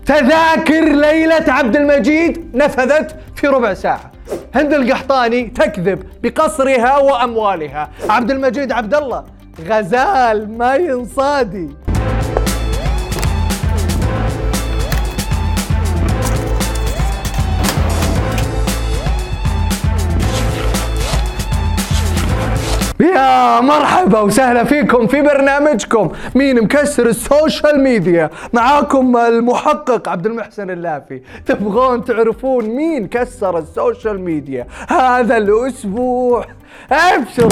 تذاكر ليلة عبد المجيد نفذت في ربع ساعة. هند القحطاني تكذب بقصرها وأموالها. عبد المجيد عبد الله غزال ما ينصادي. يا مرحبا وسهلا فيكم في برنامجكم مين مكسر السوشيال ميديا. معاكم المحقق عبد المحسن اللافي. تبغون تعرفون مين كسر السوشيال ميديا هذا الأسبوع؟ ابشروا.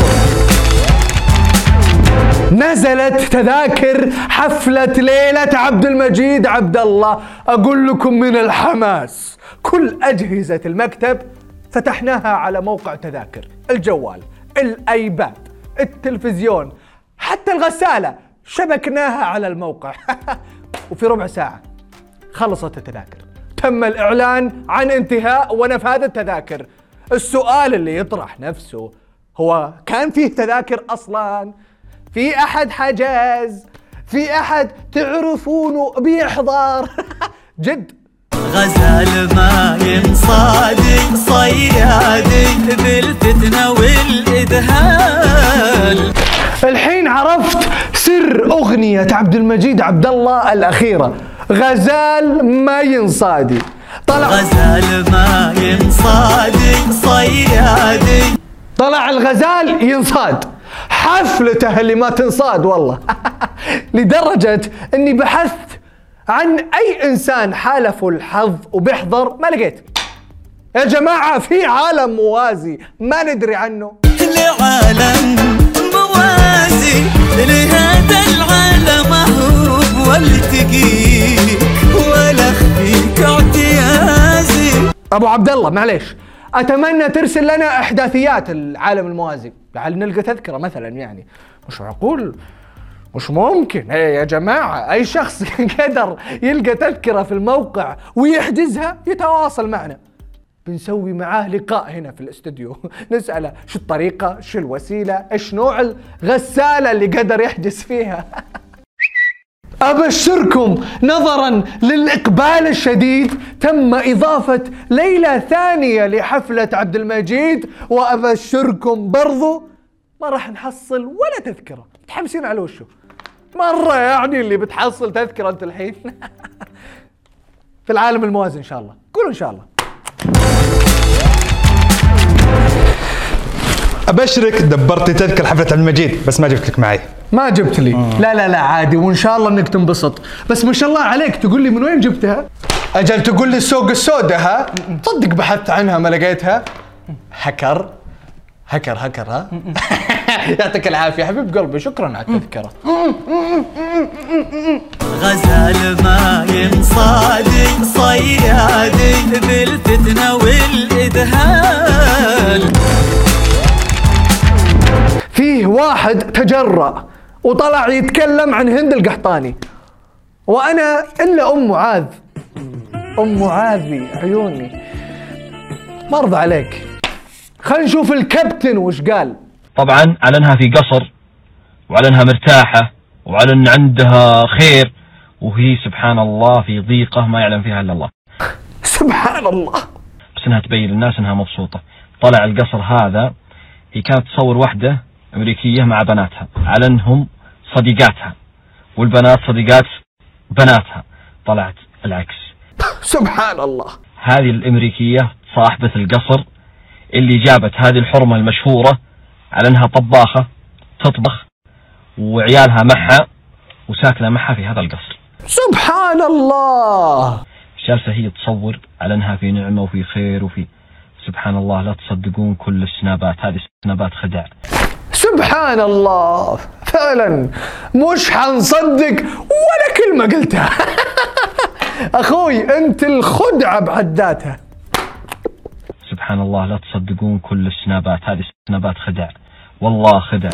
نزلت تذاكر حفلة ليلة عبد المجيد عبد الله. أقول لكم من الحماس كل أجهزة المكتب فتحناها على موقع تذاكر، الجوال، الايباد، التلفزيون، حتى الغسالة شبكناها على الموقع. وفي ربع ساعة خلصت التذاكر. تم الإعلان عن انتهاء ونفاذ التذاكر. السؤال اللي يطرح نفسه هو كان فيه تذاكر أصلاً؟ في أحد حجز؟ في أحد تعرفونه بيحضر؟ جد غزال ما ينصادي صيادي بالفتنة والإذهال. الحين عرفت سر أغنية عبد المجيد عبد الله الأخيرة، غزال ما ينصادي. طلع غزال ما ينصادي صيادي. طلع الغزال ينصاد، حفلته اللي ما تنصاد والله. لدرجة اني بحثت عن اي انسان حالفه الحظ وبيحضر ما لقيت. يا جماعة في عالم موازي ما ندري عنه. لعالم موازي لهذا العالم اهوب والتقيك ولا اخفيك اعتيازي. ابو عبد الله معليش، اتمنى ترسل لنا احداثيات العالم الموازي لعل نلقى تذكرة مثلا. يعني مش معقول، مش ممكن. يا جماعة أي شخص قدر يلقى تذكرة في الموقع ويحجزها يتواصل معنا، بنسوي معاه لقاء هنا في الاستوديو. نسأله شو الطريقة، شو الوسيلة، ايش نوع الغسالة اللي قدر يحجز فيها. أبشركم نظرا للإقبال الشديد تم إضافة ليلة ثانية لحفلة عبد المجيد، وأبشركم برضو ما راح نحصل ولا تذكرة. متحمسين على وشه مرة يعني اللي بتحصل تذكرة أنت الحين. في العالم الموازي إن شاء الله. قولوا إن شاء الله. أبشرك دبرت تذكر حفلة عبد المجيد بس ما جبت لك معي. ما جبت لي؟ لا عادي، وإن شاء الله إنك تنبسط. بس ما شاء الله عليك تقول لي من وين جبتها؟ أجل تقول لي السوق السوداء ها؟ صدق بحثت عنها ما لقيتها. هكر ها؟ يعطيك العافية حبيب قلبي، شكرا على التذكرة. غزال ما ينصادي صيادي بالفتنة والإذهال. فيه واحد تجرأ وطلع يتكلم عن هند القحطاني، وأنا إلا أم معاذ عيوني ما أرضى عليك. خلينا نشوف الكابتن وش قال. طبعا علنها في قصر وعلنها مرتاحة وعلن عندها خير، وهي سبحان الله في ضيقة ما يعلم فيها إلا الله. سبحان الله. بس انها تبين للناس انها مبسوطة. طلع القصر هذا هي كانت تصور واحدة أمريكية مع بناتها، علنهم صديقاتها والبنات صديقات بناتها. طلعت العكس. سبحان الله. هذه الأمريكية صاحبة القصر اللي جابت هذه الحرمة المشهورة على انها طباخة تطبخ وعيالها معها وساكنة معها في هذا القصر. سبحان الله. جالسة هي تصور على انها في نعمة وفي خير وفي سبحان الله. لا تصدقون كل السنابات، هذه سنابات خدع. سبحان الله فعلا مش حنصدق ولا كلمة قلتها. اخوي انت الخدعة بحد ذاتها. سبحان الله لا تصدقون كل السنابات، هذه سنابات خدع والله خدع.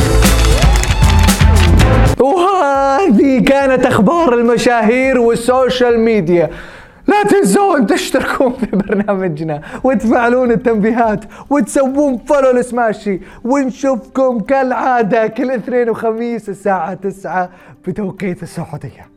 وهذه كانت اخبار المشاهير والسوشيال ميديا. لا تنسون تشتركون في برنامجنا وتفعلون التنبيهات وتسوون فولو لسماشي، ونشوفكم كالعادة كل اثنين وخميس الساعة 9 بتوقيت السعودية.